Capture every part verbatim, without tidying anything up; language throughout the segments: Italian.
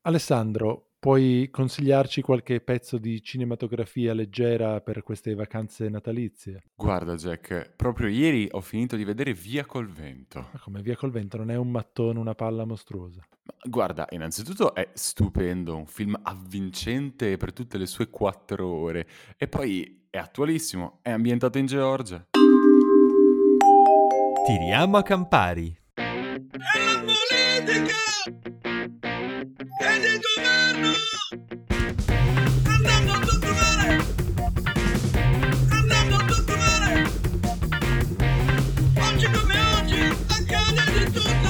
Alessandro, puoi consigliarci qualche pezzo di cinematografia leggera per queste vacanze natalizie? Guarda Jack, proprio ieri ho finito di vedere Via col vento. Ma come Via col vento non è un mattone, una palla mostruosa? Ma guarda, innanzitutto è stupendo, un film avvincente per tutte le sue quattro ore e poi è attualissimo, è ambientato in Georgia. Tiriamo a Campari. È la politica! È di governo! Andando a tutto male! Andando a tutto male! Oggi come oggi accade di tutto!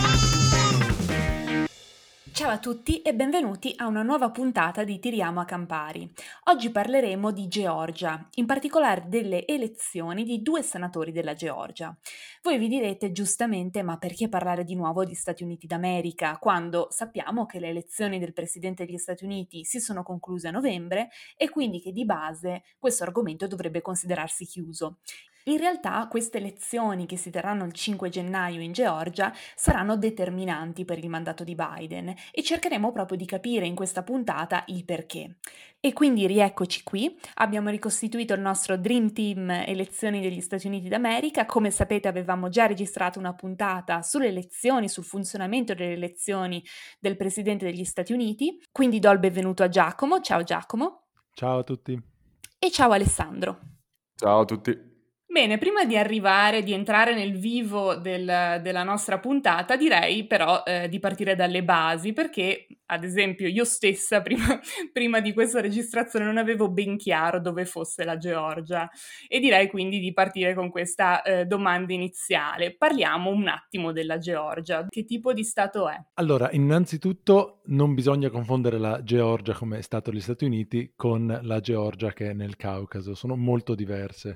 Ciao a tutti e benvenuti a una nuova puntata di Tiriamo a Campari. Oggi parleremo di Georgia, in particolare delle elezioni di due senatori della Georgia. Voi vi direte giustamente, ma perché parlare di nuovo di Stati Uniti d'America, quando sappiamo che le elezioni del Presidente degli Stati Uniti si sono concluse a novembre e quindi che di base questo argomento dovrebbe considerarsi chiuso. In realtà queste elezioni che si terranno il cinque gennaio in Georgia saranno determinanti per il mandato di Biden e cercheremo proprio di capire in questa puntata il perché. E quindi rieccoci qui, abbiamo ricostituito il nostro Dream Team elezioni degli Stati Uniti d'America. Come sapete avevamo già registrato una puntata sulle elezioni, sul funzionamento delle elezioni del Presidente degli Stati Uniti, quindi do il benvenuto a Giacomo. Ciao Giacomo. Ciao a tutti. E ciao Alessandro. Ciao a tutti. Bene, prima di arrivare, di entrare nel vivo del- della nostra puntata, direi però eh, di partire dalle basi, perché ad esempio io stessa prima, prima di questa registrazione non avevo ben chiaro dove fosse la Georgia e direi quindi di partire con questa eh, domanda iniziale. Parliamo un attimo della Georgia. Che tipo di stato è? Allora, innanzitutto non bisogna confondere la Georgia come Stato degli Stati Uniti con la Georgia che è nel Caucaso, sono molto diverse.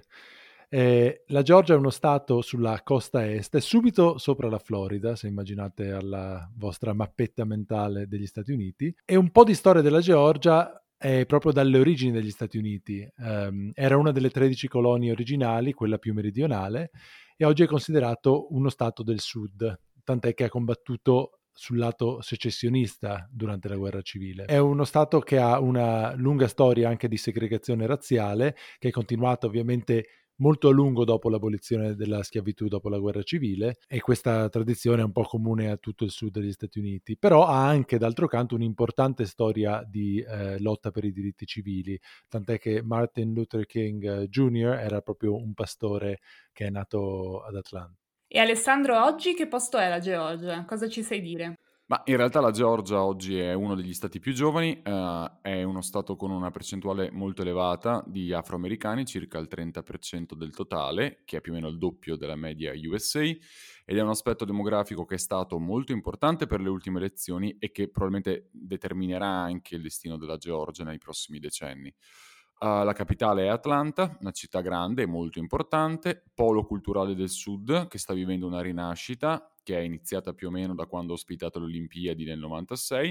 Eh, la Georgia è uno stato sulla costa est, è subito sopra la Florida, se immaginate alla vostra mappetta mentale degli Stati Uniti, e un po' di storia della Georgia è proprio dalle origini degli Stati Uniti. Ehm, era una delle tredici colonie originali, quella più meridionale, e oggi è considerato uno stato del sud, tant'è che ha combattuto sul lato secessionista durante la guerra civile. È uno stato che ha una lunga storia anche di segregazione razziale, che è continuata ovviamente molto a lungo dopo l'abolizione della schiavitù dopo la guerra civile, e questa tradizione è un po' comune a tutto il sud degli Stati Uniti, però ha anche d'altro canto un'importante storia di eh, lotta per i diritti civili, tant'è che Martin Luther King Junior era proprio un pastore che è nato ad Atlanta. E Alessandro, oggi che posto è la Georgia? Cosa ci sai dire? Ma in realtà la Georgia oggi è uno degli stati più giovani, eh, è uno stato con una percentuale molto elevata di afroamericani, circa il trenta per cento del totale, che è più o meno il doppio della media U S A, ed è un aspetto demografico che è stato molto importante per le ultime elezioni e che probabilmente determinerà anche il destino della Georgia nei prossimi decenni. Uh, la capitale è Atlanta, una città grande e molto importante, polo culturale del sud che sta vivendo una rinascita che è iniziata più o meno da quando ha ospitato le Olimpiadi nel novantasei.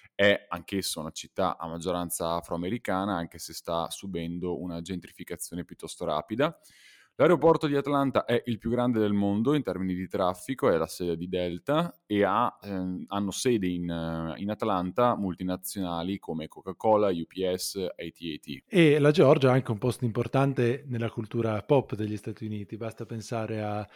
È anch'esso una città a maggioranza afroamericana, anche se sta subendo una gentrificazione piuttosto rapida. L'aeroporto di Atlanta è il più grande del mondo in termini di traffico, è la sede di Delta e ha, ehm, hanno sede in, eh, in Atlanta multinazionali come Coca-Cola, U P S, A T and T. E la Georgia ha anche un posto importante nella cultura pop degli Stati Uniti, basta pensare a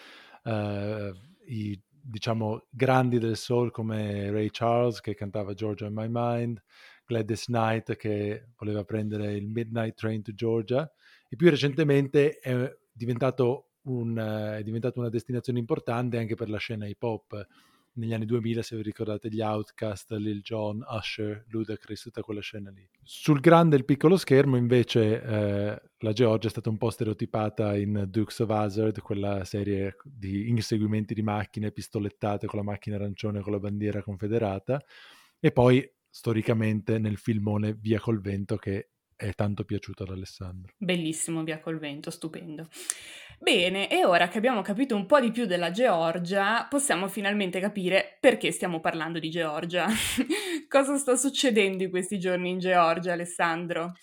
uh, i diciamo grandi del soul come Ray Charles che cantava Georgia in My Mind, Gladys Knight che voleva prendere il Midnight Train to Georgia, e più recentemente è diventato un, uh, è diventato una destinazione importante anche per la scena hip hop. Negli anni duemila, se vi ricordate, gli Outkast, Lil Jon, Usher, Ludacris, tutta quella scena lì. Sul grande e il piccolo schermo, invece, eh, la Georgia è stata un po' stereotipata in Dukes of Hazzard, quella serie di inseguimenti di macchine pistolettate con la macchina arancione con la bandiera confederata, e poi storicamente nel filmone Via col vento, che è tanto piaciuto ad Alessandro. Bellissimo Via col vento, stupendo. Bene, e ora che abbiamo capito un po' di più della Georgia, possiamo finalmente capire perché stiamo parlando di Georgia. Cosa sta succedendo in questi giorni in Georgia, Alessandro?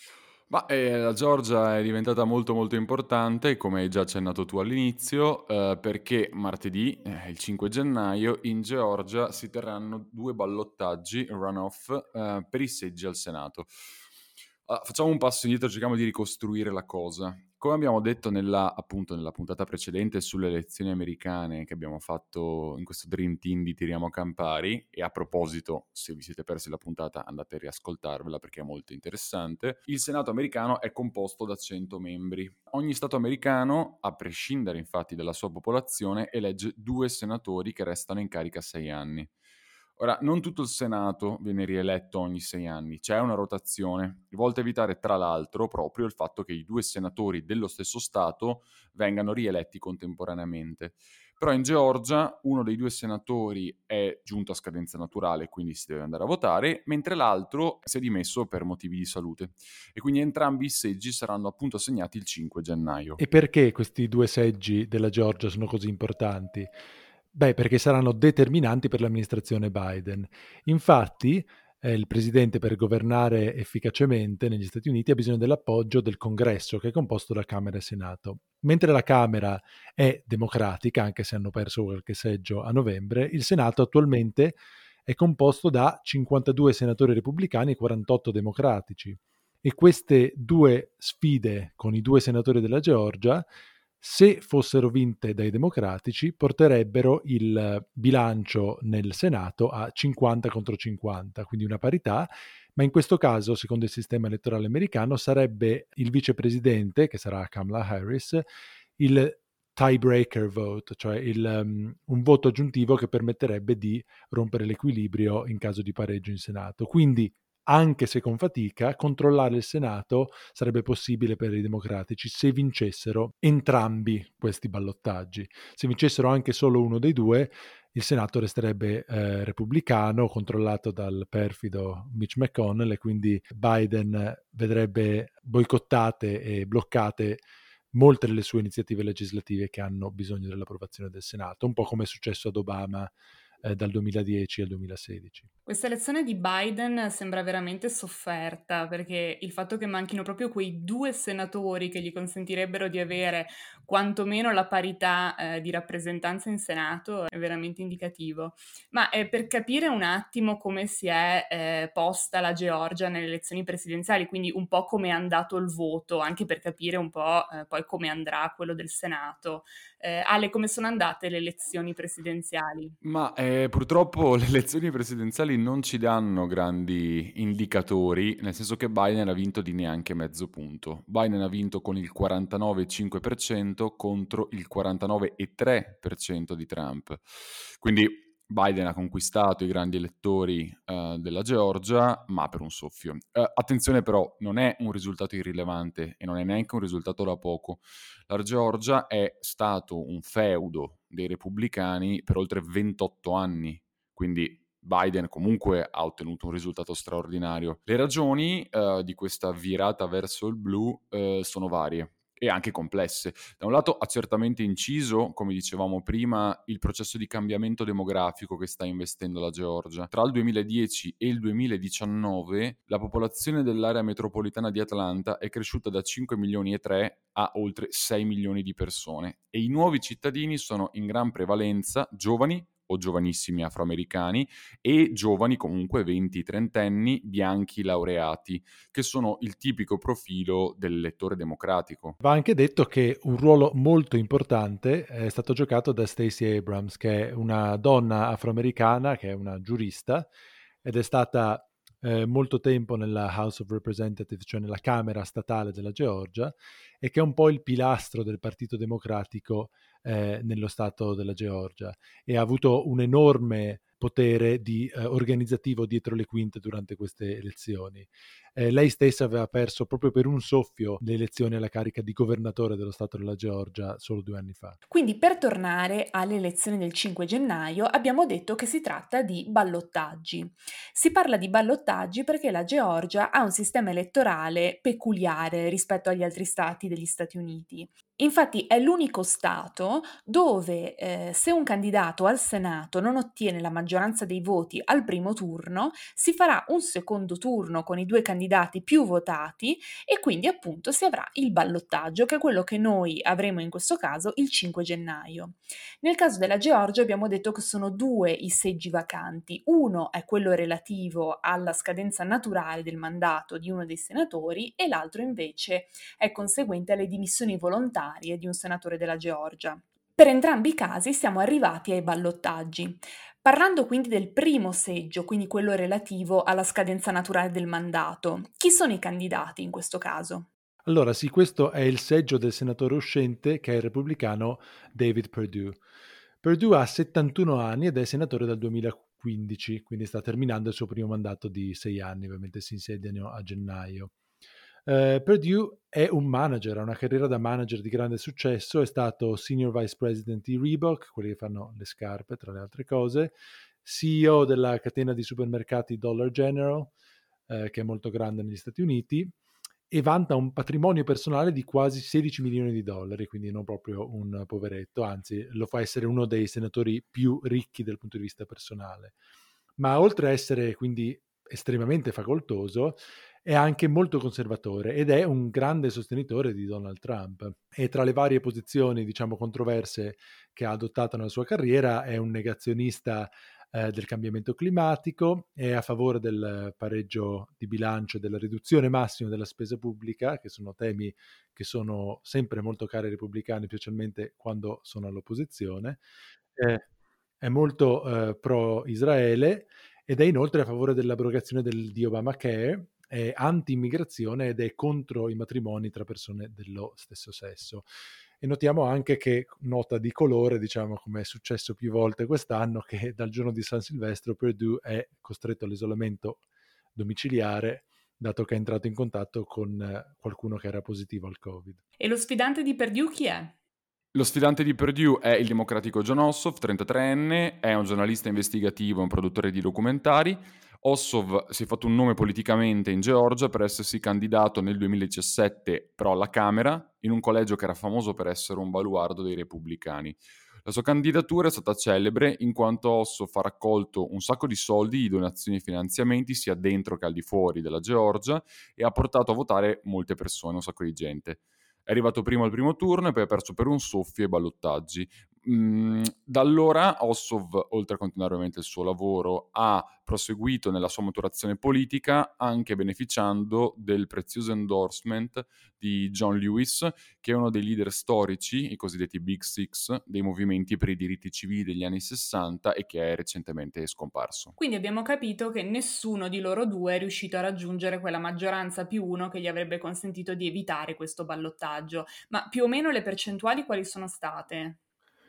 Ma eh, la Georgia è diventata molto molto importante, come hai già accennato tu all'inizio, eh, perché martedì, eh, il cinque gennaio, in Georgia si terranno due ballottaggi, runoff, eh, per i seggi al Senato. Allora, facciamo un passo indietro, cerchiamo di ricostruire la cosa. Come abbiamo detto nella, appunto, nella puntata precedente sulle elezioni americane che abbiamo fatto in questo Dream Team di Tiriamo Campari, e a proposito, se vi siete persi la puntata andate a riascoltarvela perché è molto interessante, il Senato americano è composto da cento membri. Ogni Stato americano, a prescindere infatti dalla sua popolazione, elegge due senatori che restano in carica sei anni. Ora, non tutto il Senato viene rieletto ogni sei anni, c'è una rotazione, volta a evitare tra l'altro proprio il fatto che i due senatori dello stesso Stato vengano rieletti contemporaneamente. Però in Georgia uno dei due senatori è giunto a scadenza naturale, quindi si deve andare a votare, mentre l'altro si è dimesso per motivi di salute. E quindi entrambi i seggi saranno appunto assegnati il cinque gennaio. E perché questi due seggi della Georgia sono così importanti? Beh, perché saranno determinanti per l'amministrazione Biden. Infatti, eh, il presidente per governare efficacemente negli Stati Uniti ha bisogno dell'appoggio del Congresso, che è composto da Camera e Senato. Mentre la Camera è democratica, anche se hanno perso qualche seggio a novembre, il Senato attualmente è composto da cinquantadue senatori repubblicani e quarantotto democratici. E queste due sfide con i due senatori della Georgia, se fossero vinte dai democratici, porterebbero il bilancio nel Senato a cinquanta contro cinquanta, quindi una parità, ma in questo caso, secondo il sistema elettorale americano, sarebbe il vicepresidente, che sarà Kamala Harris, il tiebreaker vote, cioè il, um, un voto aggiuntivo che permetterebbe di rompere l'equilibrio in caso di pareggio in Senato. Quindi, anche se con fatica, controllare il Senato sarebbe possibile per i democratici se vincessero entrambi questi ballottaggi. Se vincessero anche solo uno dei due, il Senato resterebbe eh, repubblicano, controllato dal perfido Mitch McConnell, e quindi Biden vedrebbe boicottate e bloccate molte delle sue iniziative legislative che hanno bisogno dell'approvazione del Senato, un po' come è successo ad Obama eh, dal duemiladieci al duemilasedici. Questa elezione di Biden sembra veramente sofferta, perché il fatto che manchino proprio quei due senatori che gli consentirebbero di avere quantomeno la parità eh, di rappresentanza in Senato è veramente indicativo. Ma eh, per capire un attimo come si è eh, posta la Georgia nelle elezioni presidenziali, quindi un po' come è andato il voto, anche per capire un po' eh, poi come andrà quello del Senato. Eh, Ale, come sono andate le elezioni presidenziali? Ma eh, purtroppo le elezioni presidenziali non ci danno grandi indicatori, nel senso che Biden ha vinto di neanche mezzo punto. Biden ha vinto con il quarantanove virgola cinque per cento contro il quarantanove virgola tre per cento di Trump. Quindi Biden ha conquistato i grandi elettori eh, della Georgia, ma per un soffio. Eh, attenzione però, non è un risultato irrilevante e non è neanche un risultato da poco. La Georgia è stato un feudo dei repubblicani per oltre ventotto anni, quindi Biden comunque ha ottenuto un risultato straordinario. Le ragioni eh, di questa virata verso il blu eh, sono varie e anche complesse. Da un lato ha certamente inciso, come dicevamo prima, il processo di cambiamento demografico che sta investendo la Georgia. Tra il duemiladieci e il duemiladiciannove la popolazione dell'area metropolitana di Atlanta è cresciuta da cinque milioni e tre a oltre sei milioni di persone e i nuovi cittadini sono in gran prevalenza giovani o giovanissimi afroamericani e giovani comunque venti trentenni bianchi laureati, che sono il tipico profilo del lettore democratico. Va anche detto che un ruolo molto importante è stato giocato da Stacey Abrams, che è una donna afroamericana, che è una giurista, ed è stata eh, molto tempo nella House of Representatives, cioè nella Camera statale della Georgia, e che è un po' il pilastro del Partito Democratico eh, nello stato della Georgia, e ha avuto un enorme potere di, eh, organizzativo dietro le quinte durante queste elezioni. Eh, lei stessa aveva perso proprio per un soffio le elezioni alla carica di governatore dello stato della Georgia solo due anni fa. Quindi per tornare alle elezioni del cinque gennaio abbiamo detto che si tratta di ballottaggi. Si parla di ballottaggi perché la Georgia ha un sistema elettorale peculiare rispetto agli altri stati degli Stati Uniti. Infatti è l'unico stato dove eh, se un candidato al Senato non ottiene la maggioranza dei voti al primo turno, si farà un secondo turno con i due candidati più votati e quindi appunto si avrà il ballottaggio, che è quello che noi avremo in questo caso il cinque gennaio. Nel caso della Georgia abbiamo detto che sono due i seggi vacanti. Uno è quello relativo alla scadenza naturale del mandato di uno dei senatori e l'altro invece è conseguente alle dimissioni volontarie di un senatore della Georgia. Per entrambi i casi siamo arrivati ai ballottaggi. Parlando quindi del primo seggio, quindi quello relativo alla scadenza naturale del mandato, chi sono i candidati in questo caso? Allora sì, questo è il seggio del senatore uscente, che è il repubblicano David Perdue. Perdue ha settantuno anni ed è senatore dal duemilaquindici, quindi sta terminando il suo primo mandato di sei anni, ovviamente si insediano a gennaio. Uh, Perdue è un manager, ha una carriera da manager di grande successo, è stato senior vice president di Reebok, quelli che fanno le scarpe tra le altre cose, C E O della catena di supermercati Dollar General, uh, che è molto grande negli Stati Uniti, e vanta un patrimonio personale di quasi sedici milioni di dollari, quindi non proprio un poveretto, anzi lo fa essere uno dei senatori più ricchi dal punto di vista personale. Ma oltre a essere quindi estremamente facoltoso, è anche molto conservatore ed è un grande sostenitore di Donald Trump. E tra le varie posizioni, diciamo, controverse che ha adottato nella sua carriera, è un negazionista eh, del cambiamento climatico, è a favore del pareggio di bilancio e della riduzione massima della spesa pubblica, che sono temi che sono sempre molto cari ai repubblicani, specialmente quando sono all'opposizione. Eh, è molto eh, pro-Israele ed è inoltre a favore dell'abrogazione del, di Obamacare, è anti-immigrazione ed è contro i matrimoni tra persone dello stesso sesso. E notiamo anche che, nota di colore, diciamo, come è successo più volte quest'anno, che dal giorno di San Silvestro Perdue è costretto all'isolamento domiciliare, dato che è entrato in contatto con qualcuno che era positivo al Covid. E lo sfidante di Perdue chi è? Lo sfidante di Perdue è il democratico Jon Ossoff, trentatreenne, è un giornalista investigativo e un produttore di documentari. Ossoff si è fatto un nome politicamente in Georgia per essersi candidato nel duemiladiciassette però alla Camera, in un collegio che era famoso per essere un baluardo dei repubblicani. La sua candidatura è stata celebre in quanto Ossoff ha raccolto un sacco di soldi di donazioni e finanziamenti sia dentro che al di fuori della Georgia e ha portato a votare molte persone, un sacco di gente. È arrivato primo al primo turno e poi ha perso per un soffio ai ballottaggi. Mm, da allora Ossoff, oltre a continuare ovviamente il suo lavoro, ha proseguito nella sua maturazione politica anche beneficiando del prezioso endorsement di John Lewis, che è uno dei leader storici, i cosiddetti Big Six, dei movimenti per i diritti civili degli anni sessanta e che è recentemente scomparso. Quindi abbiamo capito che nessuno di loro due è riuscito a raggiungere quella maggioranza più uno che gli avrebbe consentito di evitare questo ballottaggio. Ma più o meno le percentuali quali sono state?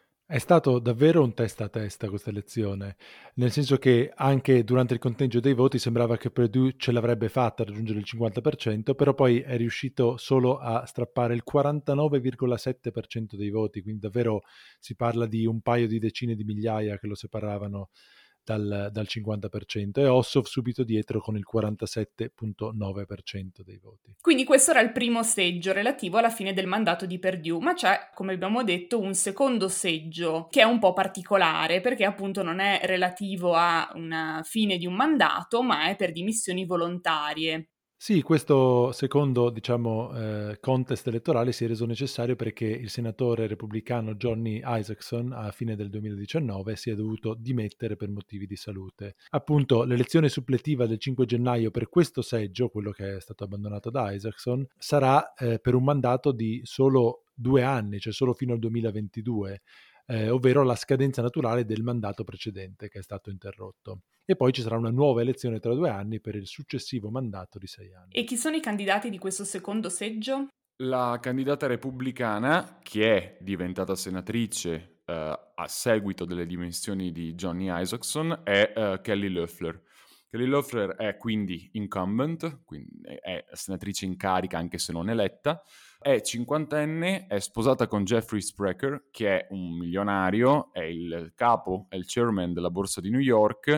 È stato davvero un testa a testa questa elezione, nel senso che anche durante il conteggio dei voti sembrava che Perdue ce l'avrebbe fatta a raggiungere il cinquanta per cento, però poi è riuscito solo a strappare il quarantanove virgola sette per cento dei voti, quindi davvero si parla di un paio di decine di migliaia che lo separavano dal, dal cinquanta per cento, e Ossoff subito dietro con il quarantasette virgola nove per cento dei voti. Quindi questo era il primo seggio relativo alla fine del mandato di Perdue, ma c'è, come abbiamo detto, un secondo seggio che è un po' particolare perché appunto non è relativo a una fine di un mandato, ma è per dimissioni volontarie. Sì, questo secondo, diciamo, eh, contest elettorale si è reso necessario perché il senatore repubblicano Johnny Isakson a fine del duemiladiciannove si è dovuto dimettere per motivi di salute. Appunto, l'elezione suppletiva del cinque gennaio per questo seggio, quello che è stato abbandonato da Isakson, sarà eh, per un mandato di solo due anni, cioè solo fino al duemilaventidue. Eh, ovvero la scadenza naturale del mandato precedente che è stato interrotto. E poi ci sarà una nuova elezione tra due anni per il successivo mandato di sei anni. E chi sono i candidati di questo secondo seggio? La candidata repubblicana, che è diventata senatrice eh, a seguito delle dimissioni di Johnny Isakson, è eh, Kelly Loeffler. Kelly Loeffler è quindi incumbent, quindi è senatrice in carica anche se non eletta, è cinquantenne, è sposata con Jeffrey Sprecher, che è un milionario, è il capo, è il chairman della borsa di New York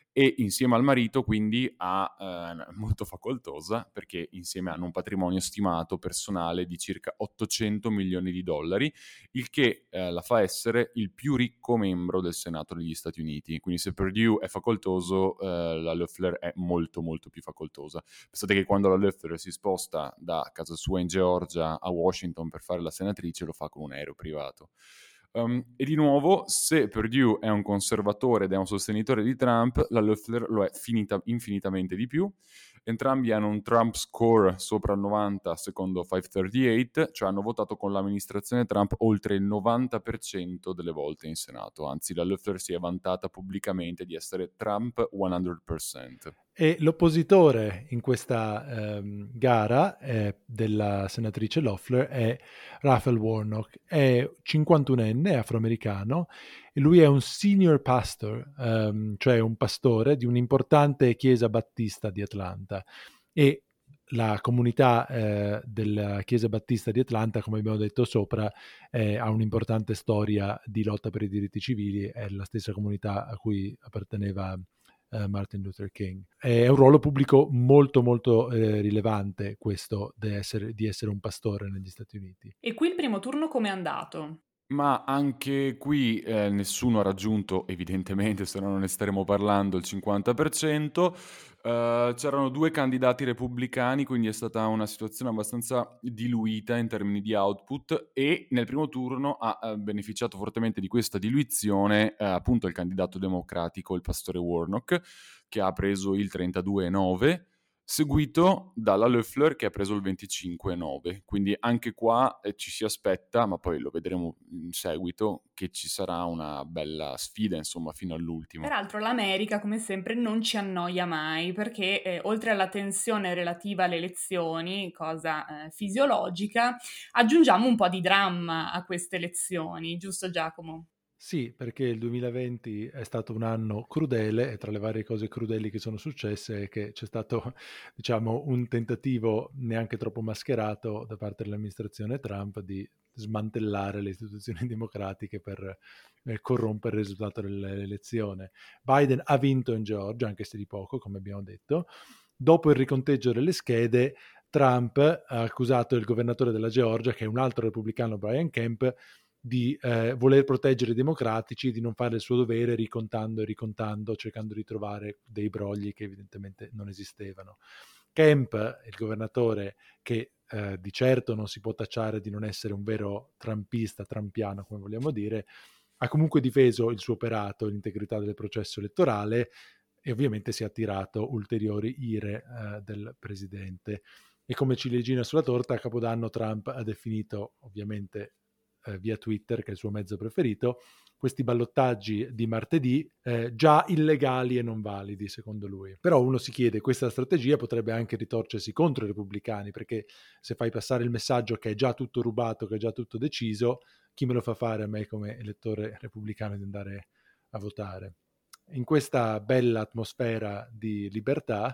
e insieme al marito quindi ha eh, molto facoltosa, perché insieme hanno un patrimonio stimato personale di circa ottocento milioni di dollari, il che eh, la fa essere il più ricco membro del Senato degli Stati Uniti. Quindi se Perdue è facoltoso, eh, la Loeffler è molto molto più facoltosa. Pensate che quando la Loeffler si sposta da casa sua in Georgia a Washington per fare la senatrice, lo fa con un aereo privato. Um, e di nuovo, se Perdue è un conservatore ed è un sostenitore di Trump, la Loeffler lo è finita, infinitamente di più. Entrambi hanno un Trump score sopra il novanta secondo cinquecentotrentotto, cioè hanno votato con l'amministrazione Trump oltre il novanta per cento delle volte in Senato. Anzi, la Loeffler si è vantata pubblicamente di essere Trump cento per cento. E l'oppositore in questa ehm, gara eh, della senatrice Loeffler è Raphael Warnock, è cinquantunenne, è afroamericano, e lui è un senior pastor, ehm, cioè un pastore di un'importante chiesa battista di Atlanta. E la comunità eh, della Chiesa Battista di Atlanta, come abbiamo detto sopra, eh, ha un'importante storia di lotta per i diritti civili, è la stessa comunità a cui apparteneva Uh, Martin Luther King. È un ruolo pubblico molto molto eh, rilevante questo di essere, di essere un pastore negli Stati Uniti. E qui il primo turno com'è andato? Ma anche qui eh, nessuno ha raggiunto, evidentemente, se no non ne staremo parlando, il cinquanta per cento. Uh, c'erano due candidati repubblicani, quindi è stata una situazione abbastanza diluita in termini di output, e nel primo turno ha uh, beneficiato fortemente di questa diluizione uh, appunto il candidato democratico, il pastore Warnock, che ha preso il trentadue virgola nove, seguito dalla Loeffler che ha preso il venticinque virgola nove. Quindi anche qua eh, ci si aspetta, ma poi lo vedremo in seguito, che ci sarà una bella sfida, insomma, fino all'ultimo. Peraltro l'America, come sempre, non ci annoia mai, perché eh, oltre alla tensione relativa alle elezioni, cosa eh, fisiologica, aggiungiamo un po' di dramma a queste elezioni, giusto Giacomo? Sì, perché il duemilaventi è stato un anno crudele, e tra le varie cose crudeli che sono successe è che c'è stato, diciamo, un tentativo neanche troppo mascherato da parte dell'amministrazione Trump di smantellare le istituzioni democratiche per eh, corrompere il risultato dell'elezione. Biden ha vinto in Georgia, anche se di poco, come abbiamo detto. Dopo il riconteggio delle schede, Trump ha accusato il governatore della Georgia, che è un altro repubblicano, Brian Kemp, di eh, voler proteggere i democratici, di non fare il suo dovere ricontando e ricontando, cercando di trovare dei brogli che evidentemente non esistevano. Kemp, il governatore, che eh, di certo non si può tacciare di non essere un vero trumpista, trumpiano, come vogliamo dire, ha comunque difeso il suo operato, l'integrità del processo elettorale, e ovviamente si è attirato ulteriori ire eh, del presidente. E come ciliegina sulla torta, a Capodanno Trump ha definito, ovviamente eh, via Twitter, che è il suo mezzo preferito, questi ballottaggi di martedì eh, già illegali e non validi, secondo lui. Però uno si chiede, questa strategia potrebbe anche ritorcersi contro i repubblicani, perché se fai passare il messaggio che è già tutto rubato, che è già tutto deciso, chi me lo fa fare a me come elettore repubblicano di andare a votare? In questa bella atmosfera di libertà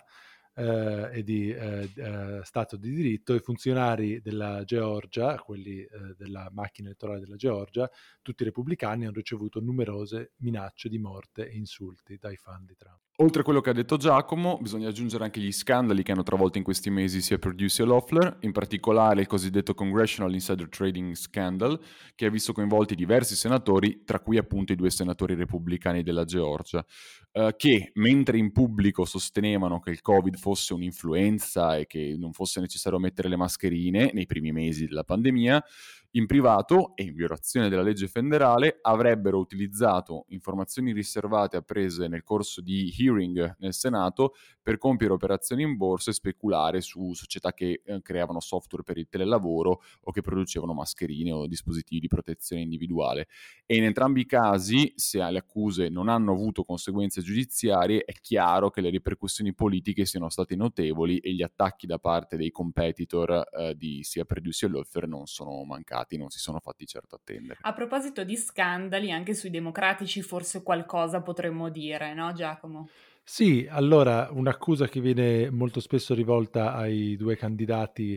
eh, e di eh, eh, Stato di diritto, i funzionari della Georgia, quelli eh, della macchina elettorale della Georgia, tutti repubblicani, hanno ricevuto numerose minacce di morte e insulti dai fan di Trump. Oltre a quello che ha detto Giacomo, bisogna aggiungere anche gli scandali che hanno travolto in questi mesi sia Perdue sia Loeffler, in particolare il cosiddetto Congressional Insider Trading Scandal, che ha visto coinvolti diversi senatori, tra cui appunto i due senatori repubblicani della Georgia, eh, che mentre in pubblico sostenevano che il Covid fosse un'influenza e che non fosse necessario mettere le mascherine nei primi mesi della pandemia, in privato e in violazione della legge federale avrebbero utilizzato informazioni riservate apprese nel corso di hearing nel Senato per compiere operazioni in borsa e speculare su società che eh, creavano software per il telelavoro o che producevano mascherine o dispositivi di protezione individuale. E in entrambi i casi, se le accuse non hanno avuto conseguenze giudiziarie, è chiaro che le ripercussioni politiche siano state notevoli e gli attacchi da parte dei competitor eh, di sia Perdue sia Loeffler non sono mancati, non si sono fatti certo attendere. A proposito di scandali, anche sui democratici forse qualcosa potremmo dire, no Giacomo? Sì, allora un'accusa che viene molto spesso rivolta ai due candidati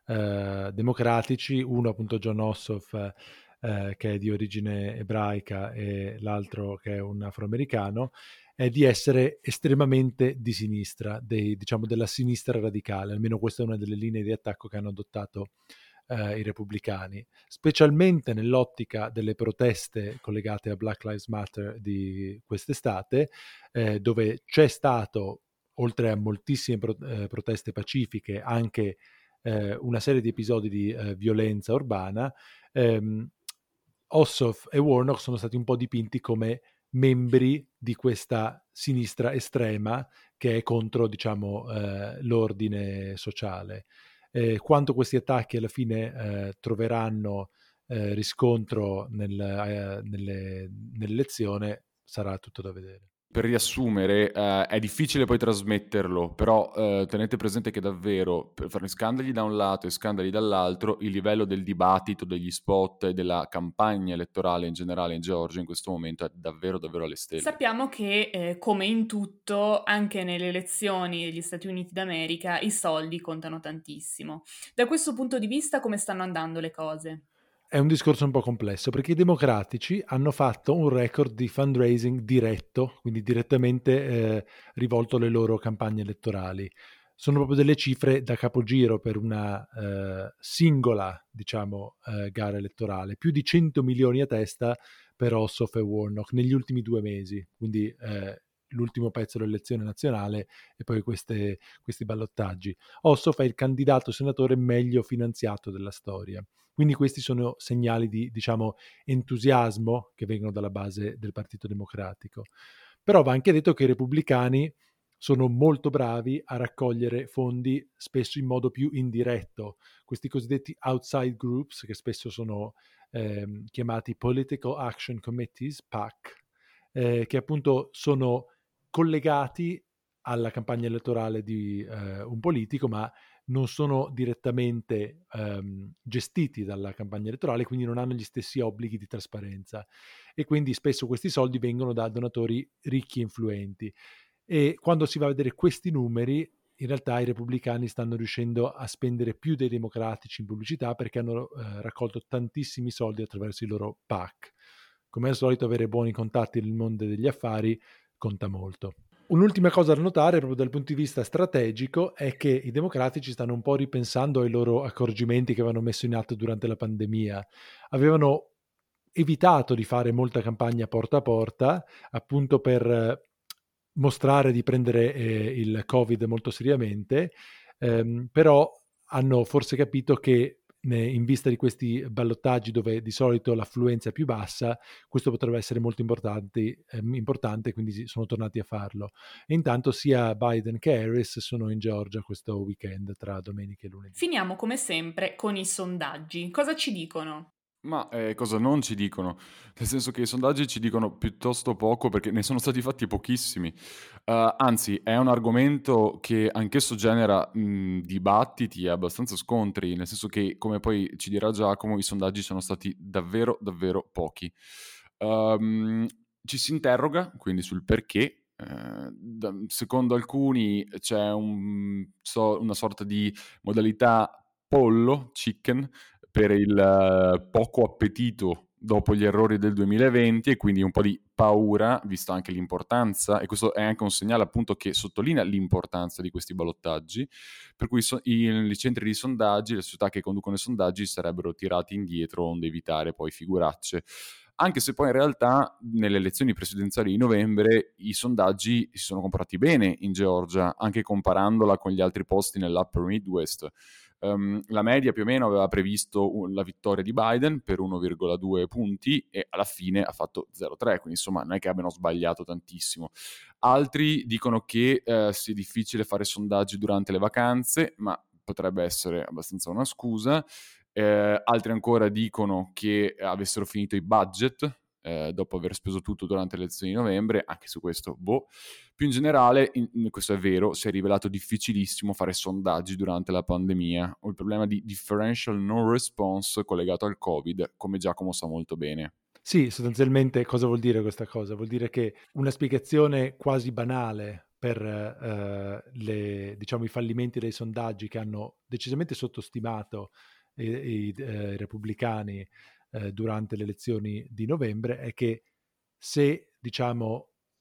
eh, democratici, uno appunto John Ossoff, eh, che è di origine ebraica, e l'altro che è un afroamericano, è di essere estremamente di sinistra, dei, diciamo della sinistra radicale, almeno questa è una delle linee di attacco che hanno adottato eh, i repubblicani, specialmente nell'ottica delle proteste collegate a Black Lives Matter di quest'estate, eh, dove c'è stato, oltre a moltissime pro- eh, proteste pacifiche, anche eh, una serie di episodi di eh, violenza urbana. ehm, Ossoff e Warnock sono stati un po' dipinti come membri di questa sinistra estrema che è contro, diciamo, eh, l'ordine sociale. Eh, quanto questi attacchi alla fine eh, troveranno eh, riscontro nel, eh, nelle, nell'elezione sarà tutto da vedere. Per riassumere, eh, è difficile poi trasmetterlo, però eh, tenete presente che davvero per fare scandali da un lato e scandali dall'altro, il livello del dibattito, degli spot e della campagna elettorale in generale in Georgia in questo momento è davvero davvero alle stelle. Sappiamo che, eh, come in tutto, anche nelle elezioni degli Stati Uniti d'America, i soldi contano tantissimo. Da questo punto di vista, come stanno andando le cose? È un discorso un po' complesso perché i democratici hanno fatto un record di fundraising diretto, quindi direttamente eh, rivolto alle loro campagne elettorali. Sono proprio delle cifre da capogiro per una eh, singola, diciamo, eh, gara elettorale. Più di cento milioni a testa per Ossoff e Warnock negli ultimi due mesi, quindi eh, l'ultimo pezzo dell'elezione nazionale e poi queste, questi ballottaggi. Ossoff è il candidato senatore meglio finanziato della storia. Quindi questi sono segnali di, diciamo, entusiasmo che vengono dalla base del Partito Democratico. Però va anche detto che i repubblicani sono molto bravi a raccogliere fondi spesso in modo più indiretto. Questi cosiddetti outside groups, che spesso sono ehm, chiamati Political Action Committees, P A C, eh, che appunto sono collegati alla campagna elettorale di eh, un politico, ma non sono direttamente ehm, gestiti dalla campagna elettorale, quindi non hanno gli stessi obblighi di trasparenza e quindi spesso questi soldi vengono da donatori ricchi e influenti. E quando si va a vedere questi numeri, in realtà i repubblicani stanno riuscendo a spendere più dei democratici in pubblicità perché hanno eh, raccolto tantissimi soldi attraverso i loro P A C. Come al solito, avere buoni contatti nel mondo degli affari conta molto. Un'ultima cosa da notare proprio dal punto di vista strategico è che i democratici stanno un po' ripensando ai loro accorgimenti che avevano messo in atto durante la pandemia. Avevano evitato di fare molta campagna porta a porta, appunto per mostrare di prendere eh, il Covid molto seriamente, ehm, però hanno forse capito che in vista di questi ballottaggi dove di solito l'affluenza è più bassa, questo potrebbe essere molto importante, ehm, importante, quindi sono tornati a farlo. E intanto sia Biden che Harris sono in Georgia questo weekend tra domenica e lunedì. Finiamo come sempre con i sondaggi. Cosa ci dicono? Ma eh, cosa non ci dicono? Nel senso che i sondaggi ci dicono piuttosto poco perché ne sono stati fatti pochissimi. Uh, anzi, è un argomento che anch'esso genera mh, dibattiti e abbastanza scontri, nel senso che, come poi ci dirà Giacomo, i sondaggi sono stati davvero, davvero pochi. Um, ci si interroga quindi sul perché. Uh, da, secondo alcuni c'è un, so, una sorta di modalità pollo, chicken, per il uh, poco appetito dopo gli errori del duemilaventi e quindi un po' di paura, vista anche l'importanza, e questo è anche un segnale appunto che sottolinea l'importanza di questi ballottaggi, per cui so- i, i centri di sondaggi, le società che conducono i sondaggi sarebbero tirati indietro onde evitare poi figuracce. Anche se poi in realtà nelle elezioni presidenziali di novembre i sondaggi si sono comportati bene in Georgia, anche comparandola con gli altri posti nell'Upper Midwest. Um, la media più o meno aveva previsto un, la vittoria di Biden per uno virgola due punti e alla fine ha fatto zero virgola tre, quindi insomma non è che abbiano sbagliato tantissimo. Altri dicono che eh, sia difficile fare sondaggi durante le vacanze, ma potrebbe essere abbastanza una scusa. Eh, altri ancora dicono che avessero finito i budget eh, dopo aver speso tutto durante le elezioni di novembre, anche su questo, boh. Più in generale, in, in questo è vero, si è rivelato difficilissimo fare sondaggi durante la pandemia, o il problema di differential non response collegato al Covid, come Giacomo sa molto bene. Sì, sostanzialmente cosa vuol dire questa cosa? Vuol dire che una spiegazione quasi banale per eh, le, diciamo, i fallimenti dei sondaggi che hanno decisamente sottostimato i, i eh, repubblicani eh, durante le elezioni di novembre è che se, diciamo,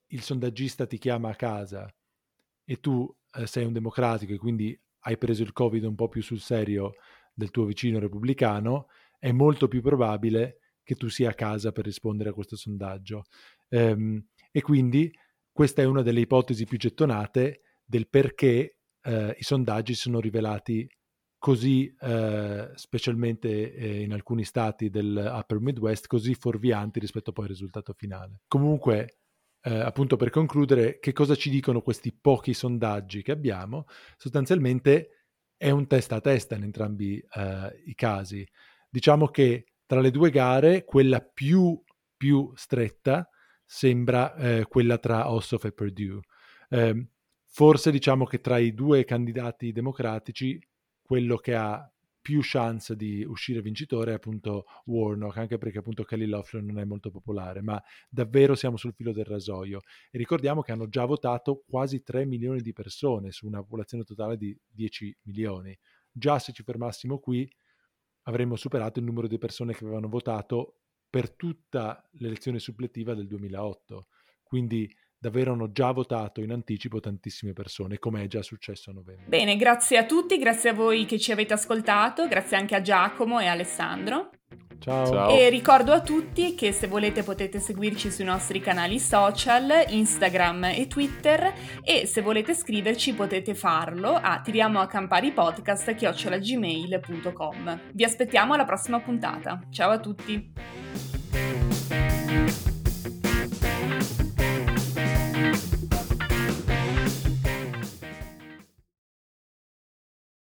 il sondaggista ti chiama a casa e tu eh, sei un democratico e quindi hai preso il Covid un po' più sul serio del tuo vicino repubblicano, è molto più probabile che tu sia a casa per rispondere a questo sondaggio. Ehm, e quindi questa è una delle ipotesi più gettonate del perché eh, i sondaggi si sono rivelati così, eh, specialmente eh, in alcuni stati del Upper Midwest, così fuorvianti rispetto poi al risultato finale. Comunque, eh, appunto per concludere, che cosa ci dicono questi pochi sondaggi che abbiamo? Sostanzialmente è un testa a testa in entrambi eh, i casi. Diciamo che tra le due gare, quella più, più stretta sembra eh, quella tra Ossoff e Perdue. Eh, forse diciamo che tra i due candidati democratici quello che ha più chance di uscire vincitore è appunto Warnock, anche perché appunto Kelly Loeffler non è molto popolare, ma davvero siamo sul filo del rasoio. E ricordiamo che hanno già votato quasi tre milioni di persone su una popolazione totale di dieci milioni. Già se ci fermassimo qui avremmo superato il numero di persone che avevano votato per tutta l'elezione suppletiva del duemilaotto. Quindi davvero hanno già votato in anticipo tantissime persone, come è già successo a novembre. Bene, grazie a tutti, grazie a voi che ci avete ascoltato, grazie anche a Giacomo e Alessandro. Ciao. Ciao. E ricordo a tutti che se volete potete seguirci sui nostri canali social, Instagram e Twitter, e se volete scriverci potete farlo a tiriamoacamparipodcast chiocciola gmail punto com. Vi aspettiamo alla prossima puntata. Ciao a tutti!